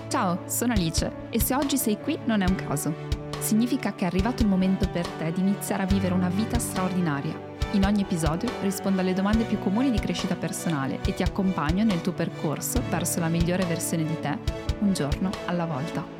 Ciao, sono Alice e se oggi sei qui non è un caso. Significa che è arrivato il momento per te di iniziare a vivere una vita straordinaria. In ogni episodio rispondo alle domande più comuni di crescita personale e ti accompagno nel tuo percorso verso la migliore versione di te, un giorno alla volta.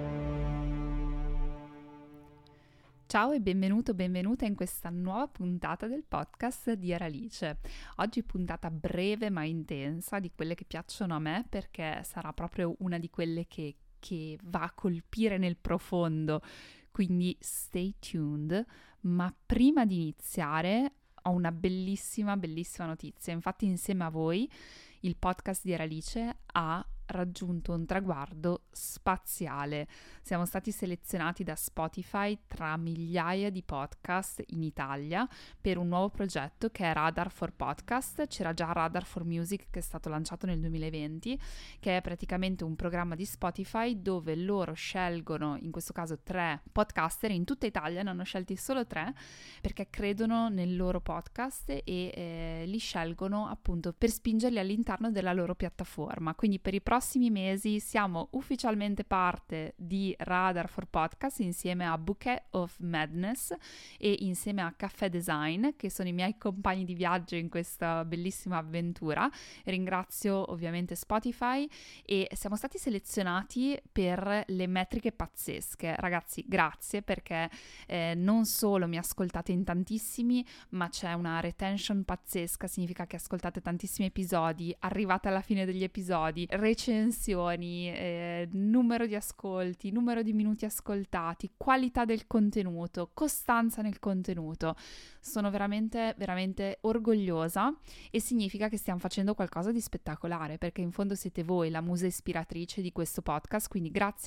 Ciao e benvenuta in questa nuova puntata del podcast di Alice. Oggi puntata breve ma intensa, di quelle che piacciono a me, perché sarà proprio una di quelle che va a colpire nel profondo, quindi stay tuned. Ma prima di iniziare ho una bellissima notizia. Infatti insieme a voi il podcast di Alice ha raggiunto un traguardo spaziale. Siamo stati selezionati da Spotify tra migliaia di podcast in Italia per un nuovo progetto che è Radar for Podcast. C'era già Radar for Music che è stato lanciato nel 2020, che è praticamente un programma di Spotify dove loro scelgono, in questo caso 3 podcaster in tutta Italia, ne hanno scelti solo 3 perché credono nel loro podcast e li scelgono appunto per spingerli all'interno della loro piattaforma. Quindi per i prossimi mesi siamo ufficialmente parte di Radar for Podcast insieme a Bouquet of Madness e insieme a Caffè Design, che sono i miei compagni di viaggio in questa bellissima avventura. Ringrazio ovviamente Spotify e siamo stati selezionati per le metriche pazzesche. Ragazzi, grazie perché non solo mi ascoltate in tantissimi, ma c'è una retention pazzesca, significa che ascoltate tantissimi episodi, arrivate alla fine degli episodi, recensioni, numero di ascolti, numero di minuti ascoltati, qualità del contenuto, costanza nel contenuto. Sono veramente orgogliosa e significa che stiamo facendo qualcosa di spettacolare, perché in fondo siete voi la musa ispiratrice di questo podcast, quindi grazie.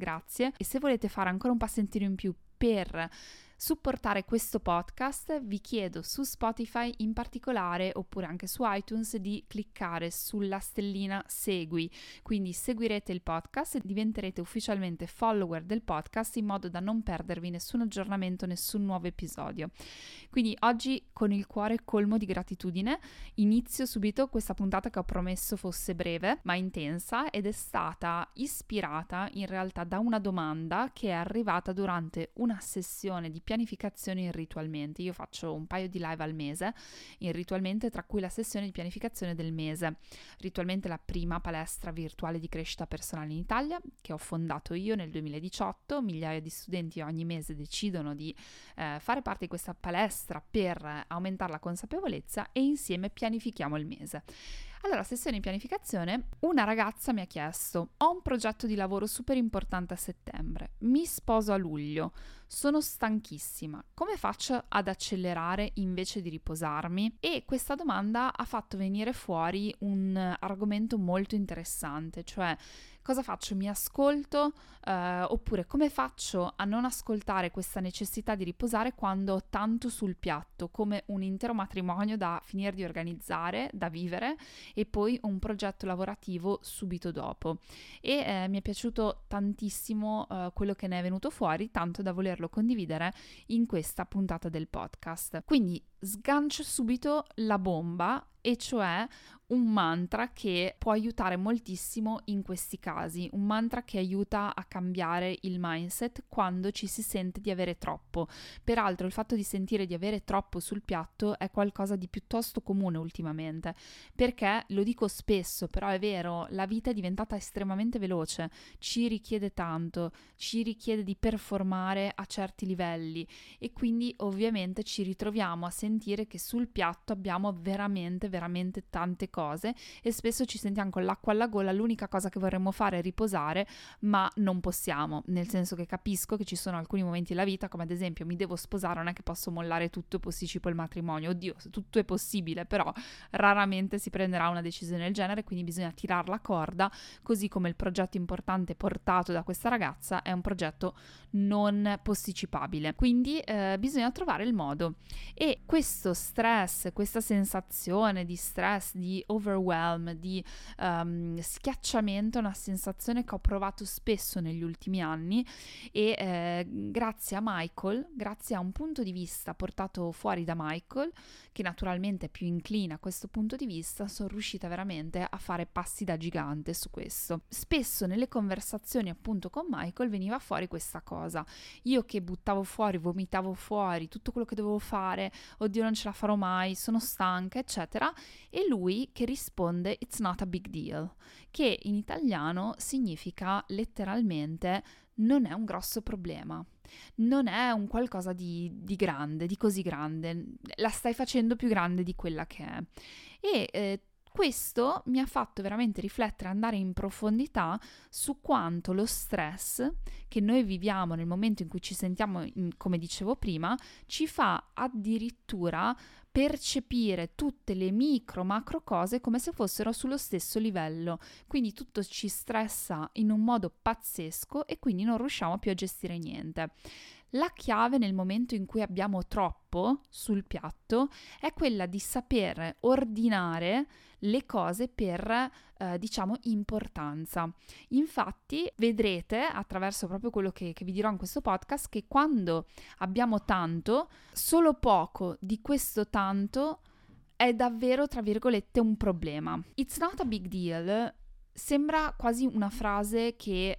E se volete fare ancora un passentino in più per supportare questo podcast, vi chiedo su Spotify in particolare, oppure anche su iTunes, di cliccare sulla stellina segui, quindi seguirete il podcast e diventerete ufficialmente follower del podcast in modo da non perdervi nessun aggiornamento, nessun nuovo episodio. Quindi oggi, con il cuore colmo di gratitudine, inizio subito questa puntata che ho promesso fosse breve ma intensa, ed è stata ispirata in realtà da una domanda che è arrivata durante una sessione di pianificazione in Ritualmente. Io faccio un paio di live al mese in Ritualmente, tra cui la sessione di pianificazione del mese. Ritualmente è la prima palestra virtuale di crescita personale in Italia, che ho fondato io nel 2018. Migliaia di studenti ogni mese decidono di fare parte di questa palestra per aumentare la consapevolezza e insieme pianifichiamo il mese. Allora, sessione di pianificazione, una ragazza mi ha chiesto: ho un progetto di lavoro super importante a settembre, mi sposo a luglio, sono stanchissima, come faccio ad accelerare invece di riposarmi? E questa domanda ha fatto venire fuori un argomento molto interessante, cioè cosa faccio? Mi ascolto oppure come faccio a non ascoltare questa necessità di riposare quando ho tanto sul piatto, come un intero matrimonio da finire di organizzare, da vivere, e poi un progetto lavorativo subito dopo. E mi è piaciuto tantissimo quello che ne è venuto fuori, tanto da volerlo condividere in questa puntata del podcast. Quindi sgancio subito la bomba, e cioè un mantra che può aiutare moltissimo in questi casi, un mantra che aiuta a cambiare il mindset quando ci si sente di avere troppo. Peraltro il fatto di sentire di avere troppo sul piatto è qualcosa di piuttosto comune ultimamente, perché lo dico spesso, però è vero, la vita è diventata estremamente veloce, ci richiede tanto, ci richiede di performare a certi livelli e quindi ovviamente ci ritroviamo a sentire che sul piatto abbiamo veramente tante cose e spesso ci sentiamo con l'acqua alla gola, l'unica cosa che vorremmo fare è riposare, ma non possiamo, nel senso che capisco che ci sono alcuni momenti della vita, come ad esempio mi devo sposare, non è che posso mollare tutto e posticipo il matrimonio, oddio, tutto è possibile, però raramente si prenderà una decisione del genere, quindi bisogna tirare la corda, così come il progetto importante portato da questa ragazza è un progetto non posticipabile, quindi bisogna trovare il modo. E questo stress, questa sensazione tensione, di stress, di overwhelm, di schiacciamento, è una sensazione che ho provato spesso negli ultimi anni e grazie a Michael, grazie a un punto di vista portato fuori da Michael, che naturalmente è più inclina a questo punto di vista, sono riuscita veramente a fare passi da gigante su questo. Spesso nelle conversazioni appunto con Michael veniva fuori questa cosa, io che buttavo fuori, vomitavo fuori tutto quello che dovevo fare, oddio non ce la farò mai, sono stanca eccetera, e lui che risponde it's not a big deal, che in italiano significa letteralmente non è un grosso problema, non è un qualcosa di grande, di così grande, la stai facendo più grande di quella che è. E questo mi ha fatto veramente riflettere, andare in profondità su quanto lo stress che noi viviamo nel momento in cui ci sentiamo, come dicevo prima, ci fa addirittura percepire tutte le macro cose come se fossero sullo stesso livello, quindi tutto ci stressa in un modo pazzesco e quindi non riusciamo più a gestire niente. La chiave nel momento in cui abbiamo troppo sul piatto è quella di saper ordinare le cose per, diciamo, importanza. Infatti vedrete attraverso proprio quello che vi dirò in questo podcast che quando abbiamo tanto, solo poco di questo tanto è davvero, tra virgolette, un problema. It's not a big deal sembra quasi una frase che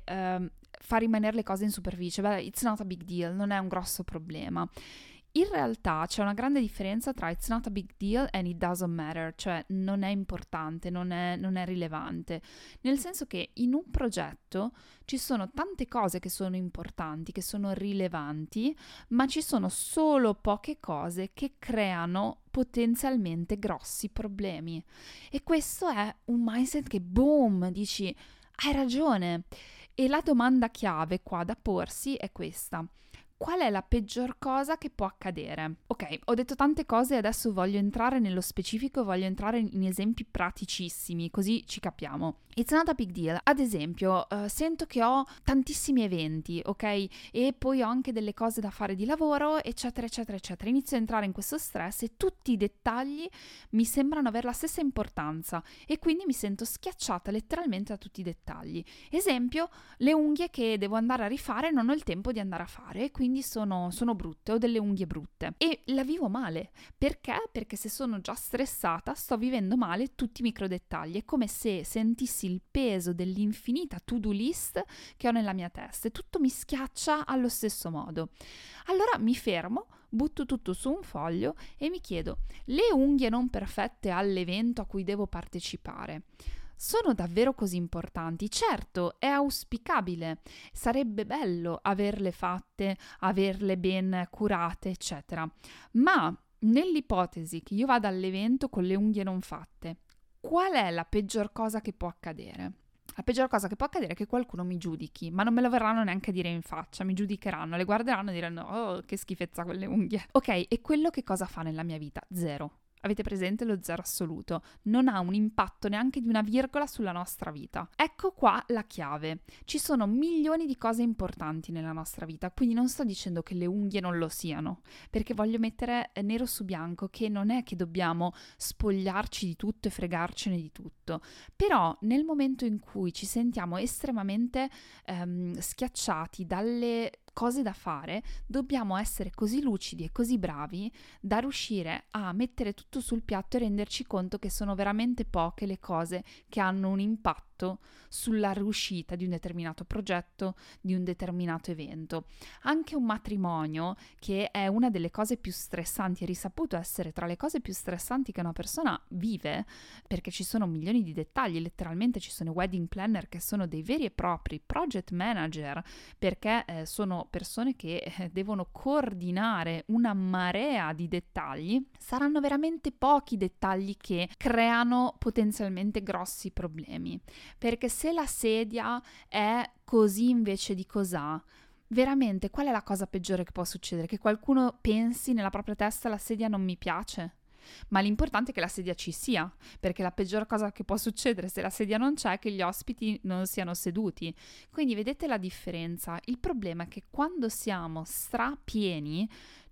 fa rimanere le cose in superficie. Beh, it's not a big deal, non è un grosso problema. In realtà c'è una grande differenza tra it's not a big deal and it doesn't matter, cioè non è importante, non è rilevante, nel senso che in un progetto ci sono tante cose che sono importanti, che sono rilevanti, ma ci sono solo poche cose che creano potenzialmente grossi problemi. E questo è un mindset che boom, dici, hai ragione. E la domanda chiave qua da porsi è questa: qual è la peggior cosa che può accadere? Ok, ho detto tante cose e adesso voglio entrare nello specifico, voglio entrare in esempi praticissimi, così ci capiamo. It's not a big deal. Ad esempio, sento che ho tantissimi eventi, ok? E poi ho anche delle cose da fare di lavoro, eccetera, eccetera, eccetera. Inizio a entrare in questo stress e tutti i dettagli mi sembrano avere la stessa importanza e quindi mi sento schiacciata letteralmente da tutti i dettagli. Esempio, le unghie che devo andare a rifare non ho il tempo di andare a fare, quindi sono brutte, ho delle unghie brutte. E la vivo male. Perché? Perché se sono già stressata sto vivendo male tutti i micro dettagli. È come se sentissi il peso dell'infinita to-do list che ho nella mia testa e tutto mi schiaccia allo stesso modo. Allora mi fermo, butto tutto su un foglio e mi chiedo: le unghie non perfette all'evento a cui devo partecipare sono davvero così importanti? Certo, è auspicabile, sarebbe bello averle fatte, averle ben curate, eccetera, ma nell'ipotesi che io vada all'evento con le unghie non fatte, qual è la peggior cosa che può accadere? La peggior cosa che può accadere è che qualcuno mi giudichi, ma non me lo verranno neanche a dire in faccia, mi giudicheranno, le guarderanno e diranno: oh, che schifezza quelle unghie. Ok, e quello che cosa fa nella mia vita? Zero. Avete presente lo zero assoluto? Non ha un impatto neanche di una virgola sulla nostra vita. Ecco qua la chiave. Ci sono milioni di cose importanti nella nostra vita, quindi non sto dicendo che le unghie non lo siano, perché voglio mettere nero su bianco che non è che dobbiamo spogliarci di tutto e fregarcene di tutto. Però nel momento in cui ci sentiamo estremamente schiacciati dalle cose da fare, dobbiamo essere così lucidi e così bravi da riuscire a mettere tutto sul piatto e renderci conto che sono veramente poche le cose che hanno un impatto sulla riuscita di un determinato progetto, di un determinato evento. Anche un matrimonio, che è una delle cose più stressanti, è risaputo essere tra le cose più stressanti che una persona vive, perché ci sono milioni di dettagli, letteralmente ci sono wedding planner che sono dei veri e propri project manager, perché sono persone che devono coordinare una marea di dettagli. Saranno veramente pochi dettagli che creano potenzialmente grossi problemi, perché se la sedia è così invece di cos'ha, veramente qual è la cosa peggiore che può succedere? Che qualcuno pensi nella propria testa: la sedia non mi piace? Ma l'importante è che la sedia ci sia, perché la peggior cosa che può succedere se la sedia non c'è è che gli ospiti non siano seduti. Quindi vedete la differenza? Il problema è che quando siamo strapieni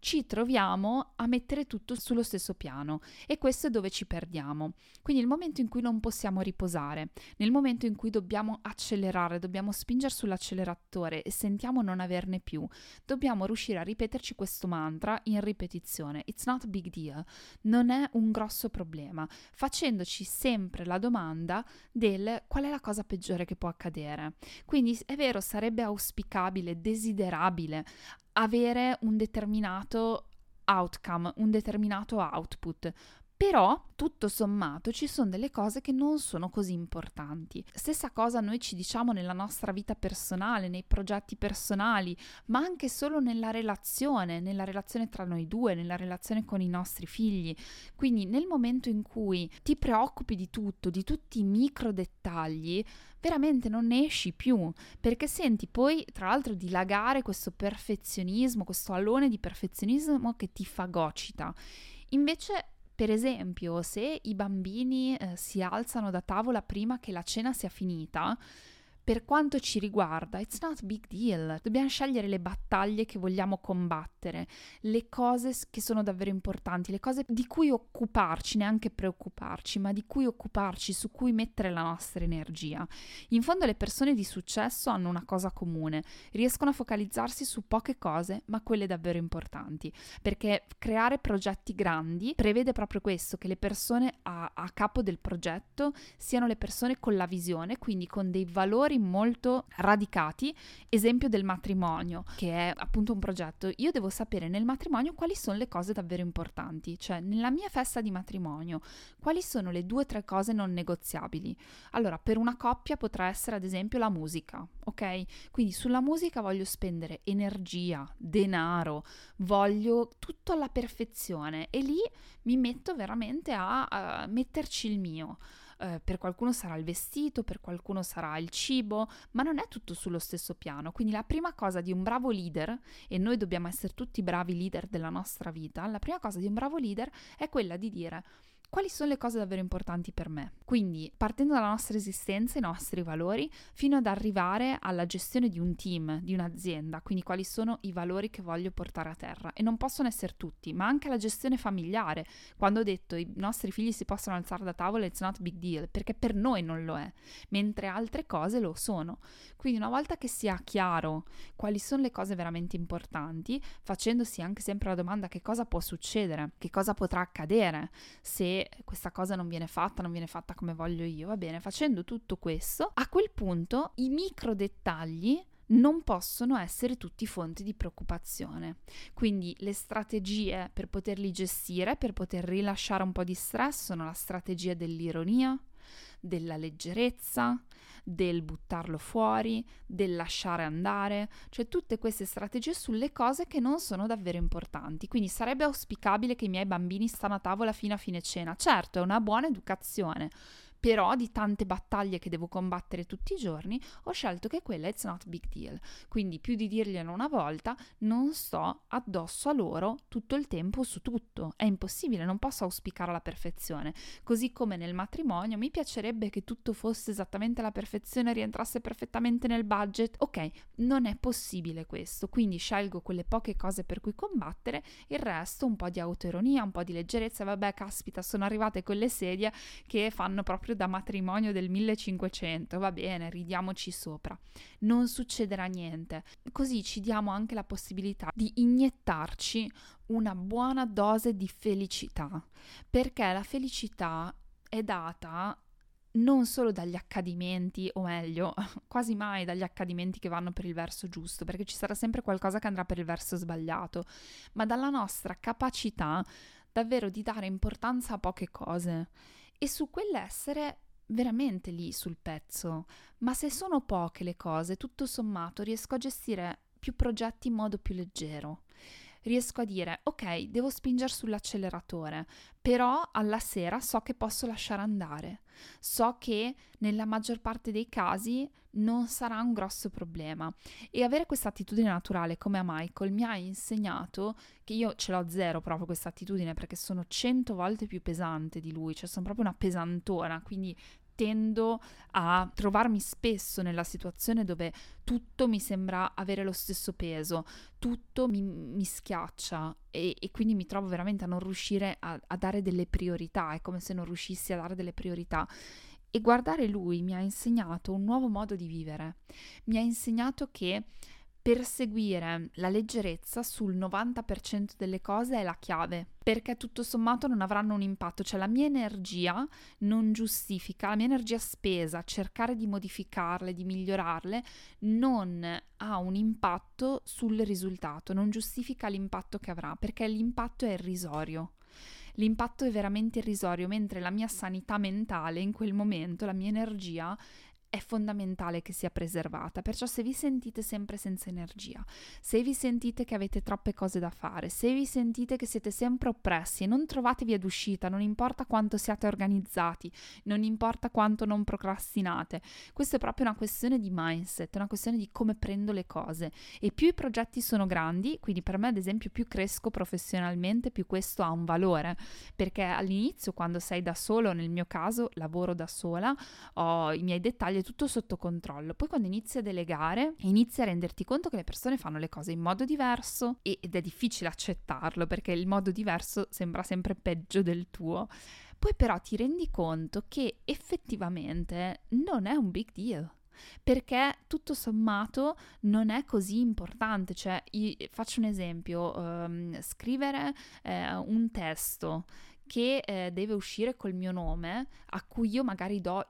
ci troviamo a mettere tutto sullo stesso piano e questo è dove ci perdiamo. Quindi il momento in cui non possiamo riposare, nel momento in cui dobbiamo accelerare, dobbiamo spingere sull'acceleratore e sentiamo non averne più, dobbiamo riuscire a ripeterci questo mantra in ripetizione. It's not a big deal, non è un grosso problema, facendoci sempre la domanda del qual è la cosa peggiore che può accadere. Quindi è vero, sarebbe auspicabile, desiderabile avere un determinato outcome, un determinato output, però tutto sommato ci sono delle cose che non sono così importanti. Stessa cosa noi ci diciamo nella nostra vita personale, nei progetti personali, ma anche solo nella relazione tra noi due, nella relazione con i nostri figli. Quindi nel momento in cui ti preoccupi di tutto, di tutti i micro dettagli, veramente non ne esci più, perché senti poi tra l'altro dilagare questo perfezionismo, questo alone di perfezionismo che ti fagocita. Invece, per esempio, se i bambini si alzano da tavola prima che la cena sia finita, per quanto ci riguarda, it's not a big deal. Dobbiamo scegliere le battaglie che vogliamo combattere, le cose che sono davvero importanti, le cose di cui occuparci, neanche preoccuparci, ma di cui occuparci, su cui mettere la nostra energia. In fondo le persone di successo hanno una cosa comune, riescono a focalizzarsi su poche cose, ma quelle davvero importanti, perché creare progetti grandi prevede proprio questo, che le persone a capo del progetto siano le persone con la visione, quindi con dei valori molto radicati. Esempio del matrimonio, che è appunto un progetto. Io devo sapere nel matrimonio quali sono le cose davvero importanti, cioè nella mia festa di matrimonio quali sono le 2 o 3 cose non negoziabili. Allora, per una coppia potrà essere ad esempio la musica, ok? Quindi sulla musica voglio spendere energia, denaro, voglio tutto alla perfezione e lì mi metto veramente a metterci il mio. Per qualcuno sarà il vestito, per qualcuno sarà il cibo, ma non è tutto sullo stesso piano. Quindi la prima cosa di un bravo leader, e noi dobbiamo essere tutti bravi leader della nostra vita, la prima cosa di un bravo leader è quella di dire: quali sono le cose davvero importanti per me? Quindi, partendo dalla nostra esistenza, i nostri valori, fino ad arrivare alla gestione di un team, di un'azienda, quindi quali sono i valori che voglio portare a terra. E non possono essere tutti, ma anche la gestione familiare. Quando ho detto i nostri figli si possono alzare da tavola, it's not a big deal, perché per noi non lo è, mentre altre cose lo sono. Quindi una volta che sia chiaro quali sono le cose veramente importanti, facendosi anche sempre la domanda che cosa può succedere, che cosa potrà accadere se questa cosa non viene fatta come voglio io, va bene, facendo tutto questo, a quel punto i micro dettagli non possono essere tutti fonti di preoccupazione. Quindi le strategie per poterli gestire, per poter rilasciare un po' di stress, sono la strategia dell'ironia, della leggerezza, del buttarlo fuori, del lasciare andare, cioè tutte queste strategie sulle cose che non sono davvero importanti. Quindi sarebbe auspicabile che i miei bambini stanno a tavola fino a fine cena. Certo, è una buona educazione, però di tante battaglie che devo combattere tutti i giorni, ho scelto che quella it's not a big deal. Quindi più di dirglielo una volta, non sto addosso a loro tutto il tempo su tutto. È impossibile, non posso auspicare la perfezione. Così come nel matrimonio mi piacerebbe che tutto fosse esattamente alla perfezione, rientrasse perfettamente nel budget. Ok, non è possibile questo, quindi scelgo quelle poche cose per cui combattere, il resto un po' di autoironia, un po' di leggerezza. Vabbè, caspita, sono arrivate quelle sedie che fanno proprio da matrimonio del 1500, va bene, ridiamoci sopra, non succederà niente. Così ci diamo anche la possibilità di iniettarci una buona dose di felicità, perché la felicità è data non solo dagli accadimenti, o meglio, quasi mai dagli accadimenti che vanno per il verso giusto, perché ci sarà sempre qualcosa che andrà per il verso sbagliato, ma dalla nostra capacità davvero di dare importanza a poche cose e su quell'essere veramente lì sul pezzo. Ma se sono poche le cose, tutto sommato riesco a gestire più progetti in modo più leggero. Riesco a dire, ok, devo spingere sull'acceleratore, però alla sera so che posso lasciare andare. So che nella maggior parte dei casi non sarà un grosso problema. E avere questa attitudine naturale come a Michael mi ha insegnato che io ce l'ho zero proprio questa attitudine, perché sono 100 volte più pesante di lui, cioè sono proprio una pesantona, quindi tendo a trovarmi spesso nella situazione dove tutto mi sembra avere lo stesso peso, tutto mi schiaccia e quindi mi trovo veramente a non riuscire a dare delle priorità, è come se non riuscissi a dare delle priorità. E guardare lui mi ha insegnato un nuovo modo di vivere, mi ha insegnato che perseguire la leggerezza sul 90% delle cose è la chiave, perché tutto sommato non avranno un impatto, cioè la mia energia non giustifica, la mia energia spesa, cercare di modificarle, di migliorarle, non ha un impatto sul risultato, non giustifica l'impatto che avrà, perché l'impatto è irrisorio. L'impatto è veramente irrisorio, mentre la mia sanità mentale in quel momento, la mia energia, è fondamentale che sia preservata. Perciò se vi sentite sempre senza energia, se vi sentite che avete troppe cose da fare, se vi sentite che siete sempre oppressi e non trovate via d'uscita, non importa quanto siate organizzati, non importa quanto non procrastinate, questa è proprio una questione di mindset, una questione di come prendo le cose. E più i progetti sono grandi, quindi per me ad esempio più cresco professionalmente, più questo ha un valore, perché all'inizio, quando sei da solo, nel mio caso lavoro da sola, ho i miei dettagli, tutto sotto controllo. Poi quando inizi a delegare, inizi a renderti conto che le persone fanno le cose in modo diverso ed è difficile accettarlo, perché il modo diverso sembra sempre peggio del tuo. Poi però ti rendi conto che effettivamente non è un big deal, perché tutto sommato non è così importante. Cioè, faccio un esempio, scrivere un testo che deve uscire col mio nome, a cui io magari do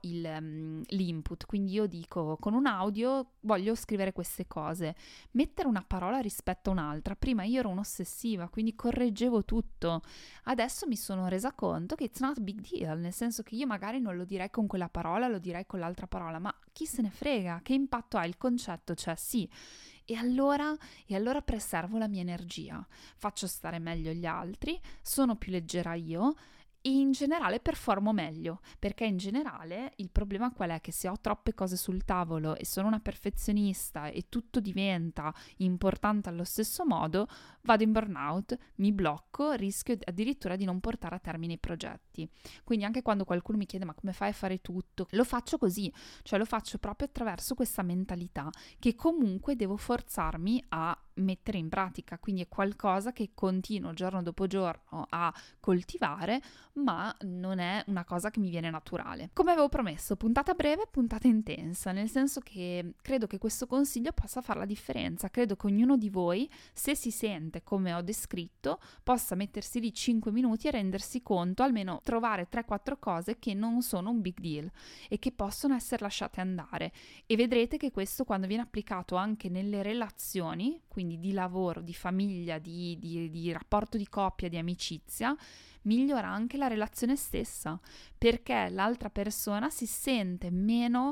l'input, quindi io dico con un audio voglio scrivere queste cose, mettere una parola rispetto a un'altra. Prima io ero un'ossessiva, quindi correggevo tutto, adesso mi sono resa conto che it's not a big deal, nel senso che io magari non lo direi con quella parola, lo direi con l'altra parola, ma chi se ne frega, che impatto ha il concetto? Cioè sì. E allora preservo la mia energia, faccio stare meglio gli altri, sono più leggera io e in generale performo meglio, perché in generale il problema qual è? Che se ho troppe cose sul tavolo e sono una perfezionista e tutto diventa importante allo stesso modo, vado in burnout, mi blocco, rischio addirittura di non portare a termine i progetti. Quindi anche quando qualcuno mi chiede ma come fai a fare tutto? Lo faccio così, cioè lo faccio proprio attraverso questa mentalità che comunque devo forzarmi a mettere in pratica, quindi è qualcosa che continuo giorno dopo giorno a coltivare, ma non è una cosa che mi viene naturale. Come avevo promesso, puntata breve, puntata intensa, nel senso che credo che questo consiglio possa fare la differenza. Credo che ognuno di voi, se si sente come ho descritto, possa mettersi lì 5 minuti e rendersi conto, almeno trovare 3-4 cose che non sono un big deal e che possono essere lasciate andare, e vedrete che questo, quando viene applicato anche nelle relazioni, quindi di lavoro, di famiglia, di rapporto di coppia, di amicizia, migliora anche la relazione stessa, perché l'altra persona si sente meno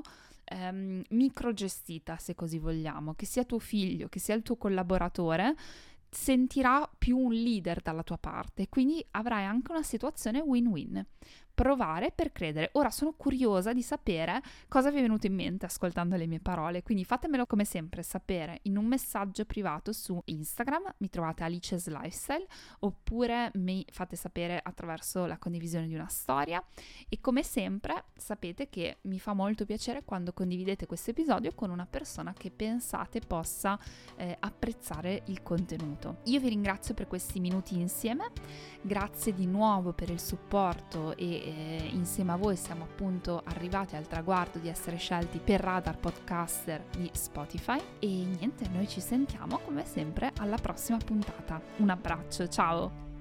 microgestita, se così vogliamo, che sia tuo figlio, che sia il tuo collaboratore, sentirà più un leader dalla tua parte, quindi avrai anche una situazione win-win. Provare per credere. Ora sono curiosa di sapere cosa vi è venuto in mente ascoltando le mie parole, quindi fatemelo come sempre sapere in un messaggio privato su Instagram, mi trovate Alice's Lifestyle, oppure mi fate sapere attraverso la condivisione di una storia. E come sempre sapete che mi fa molto piacere quando condividete questo episodio con una persona che pensate possa apprezzare il contenuto. Io vi ringrazio per questi minuti insieme, grazie di nuovo per il supporto e insieme a voi siamo appunto arrivati al traguardo di essere scelti per Radar Podcaster di Spotify. E niente, noi ci sentiamo come sempre alla prossima puntata. Un abbraccio, ciao!